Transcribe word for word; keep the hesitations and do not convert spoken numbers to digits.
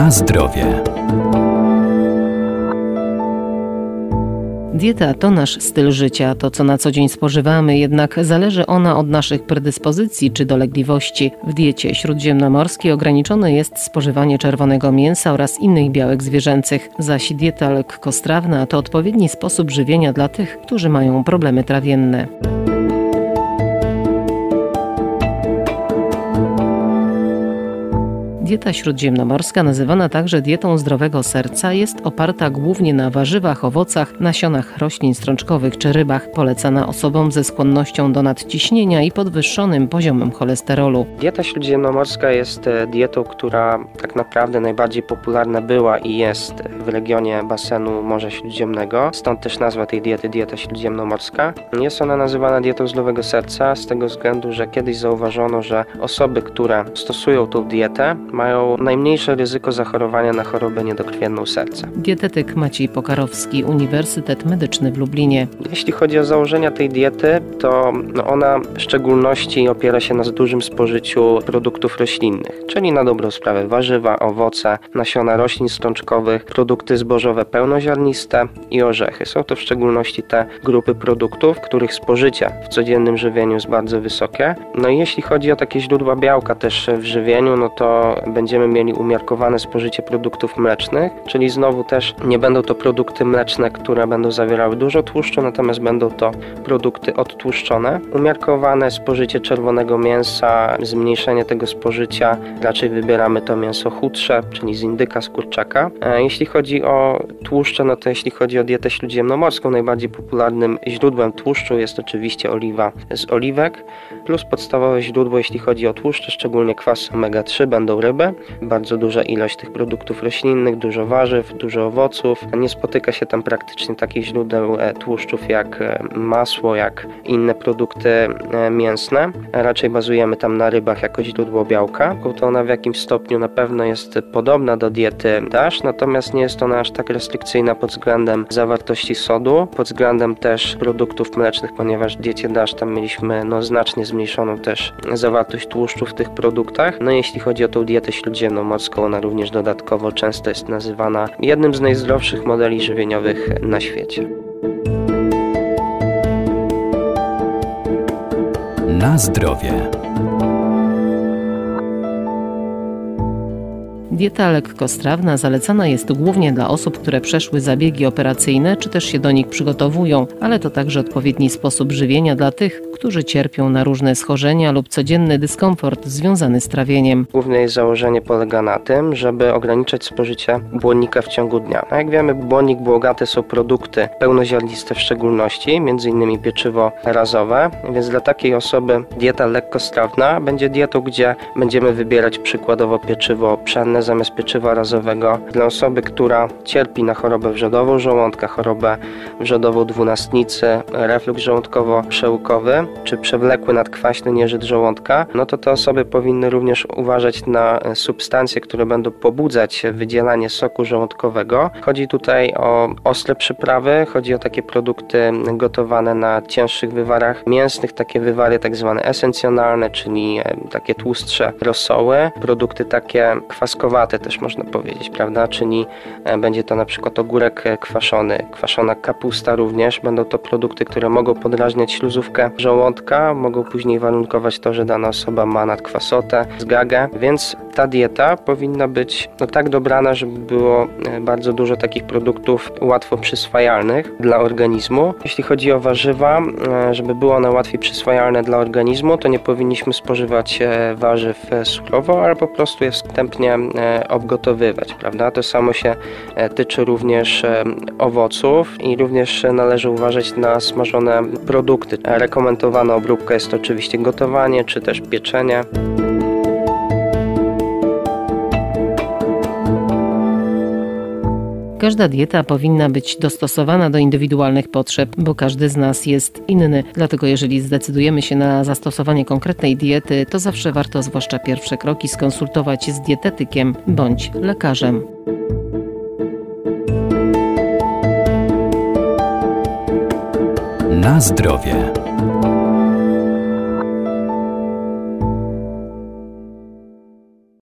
Na zdrowie. Dieta to nasz styl życia, to co na co dzień spożywamy, jednak zależy ona od naszych predyspozycji czy dolegliwości. W diecie śródziemnomorskiej ograniczone jest spożywanie czerwonego mięsa oraz innych białek zwierzęcych, zaś dieta lekkostrawna to odpowiedni sposób żywienia dla tych, którzy mają problemy trawienne. Dieta śródziemnomorska, nazywana także dietą zdrowego serca, jest oparta głównie na warzywach, owocach, nasionach roślin strączkowych czy rybach, polecana osobom ze skłonnością do nadciśnienia i podwyższonym poziomem cholesterolu. Dieta śródziemnomorska jest dietą, która tak naprawdę najbardziej popularna była i jest w regionie basenu Morza Śródziemnego, stąd też nazwa tej diety dieta śródziemnomorska. Jest ona nazywana dietą zdrowego serca z tego względu, że kiedyś zauważono, że osoby, które stosują tą dietę, mają najmniejsze ryzyko zachorowania na chorobę niedokrwienną serca. Dietetyk Maciej Pokarowski, Uniwersytet Medyczny w Lublinie. Jeśli chodzi o założenia tej diety, to no ona w szczególności opiera się na dużym spożyciu produktów roślinnych, czyli na dobrą sprawę warzywa, owoce, nasiona roślin strączkowych, produkty zbożowe pełnoziarniste i orzechy. Są to w szczególności te grupy produktów, których spożycie w codziennym żywieniu jest bardzo wysokie. No i jeśli chodzi o takie źródła białka też w żywieniu, no to będziemy mieli umiarkowane spożycie produktów mlecznych, czyli znowu też nie będą to produkty mleczne, które będą zawierały dużo tłuszczu, natomiast będą to produkty odtłuszczone. Umiarkowane spożycie czerwonego mięsa, zmniejszenie tego spożycia, raczej wybieramy to mięso chudsze, czyli z indyka, z kurczaka. Jeśli chodzi o tłuszcze, no to jeśli chodzi o dietę śródziemnomorską, najbardziej popularnym źródłem tłuszczu jest oczywiście oliwa z oliwek, plus podstawowe źródło, jeśli chodzi o tłuszcze, szczególnie kwas omega trzy, będą ryby. Bardzo duża ilość tych produktów roślinnych, dużo warzyw, dużo owoców. Nie spotyka się tam praktycznie takich źródeł tłuszczów jak masło, jak inne produkty mięsne. Raczej bazujemy tam na rybach jako źródło białka. To ona w jakimś stopniu na pewno jest podobna do diety DASH, natomiast nie jest ona aż tak restrykcyjna pod względem zawartości sodu, pod względem też produktów mlecznych, ponieważ w diecie DASH tam mieliśmy no, znacznie zmniejszoną też zawartość tłuszczu w tych produktach. No jeśli chodzi o tą dietę śródziemnomorską, ona również dodatkowo często jest nazywana jednym z najzdrowszych modeli żywieniowych na świecie. Na zdrowie. Dieta lekkostrawna zalecana jest głównie dla osób, które przeszły zabiegi operacyjne, czy też się do nich przygotowują, ale to także odpowiedni sposób żywienia dla tych, którzy cierpią na różne schorzenia lub codzienny dyskomfort związany z trawieniem. Główne jej założenie polega na tym, żeby ograniczać spożycie błonnika w ciągu dnia. A jak wiemy, błonnik, błogate są produkty pełnoziarniste w szczególności, między innymi pieczywo razowe, więc dla takiej osoby dieta lekkostrawna będzie dietą, gdzie będziemy wybierać przykładowo pieczywo pszenne zamiast pieczywa razowego. Dla osoby, która cierpi na chorobę wrzodową żołądka, chorobę wrzodową dwunastnicy, refluks żołądkowo-przełykowy czy przewlekły nadkwaśny nieżyt żołądka, no to te osoby powinny również uważać na substancje, które będą pobudzać wydzielanie soku żołądkowego. Chodzi tutaj o ostre przyprawy, chodzi o takie produkty gotowane na cięższych wywarach mięsnych, takie wywary tak zwane esencjonalne, czyli takie tłustsze rosoły, produkty takie kwaskowate też można powiedzieć, prawda, czyli będzie to na przykład ogórek kwaszony, kwaszona kapusta również, będą to produkty, które mogą podrażniać śluzówkę żołądka, mogą później warunkować to, że dana osoba ma nadkwasotę, zgagę, więc ta dieta powinna być no, tak dobrana, żeby było bardzo dużo takich produktów łatwo przyswajalnych dla organizmu. Jeśli chodzi o warzywa, żeby były one łatwiej przyswajalne dla organizmu, to nie powinniśmy spożywać warzyw surowo, ale po prostu je wstępnie obgotowywać, prawda? To samo się tyczy również owoców i również należy uważać na smażone produkty. Rekomendowana obróbka jest to oczywiście gotowanie, czy też pieczenie. Każda dieta powinna być dostosowana do indywidualnych potrzeb, bo każdy z nas jest inny. Dlatego jeżeli zdecydujemy się na zastosowanie konkretnej diety, to zawsze warto zwłaszcza pierwsze kroki skonsultować z dietetykiem bądź lekarzem. Na zdrowie.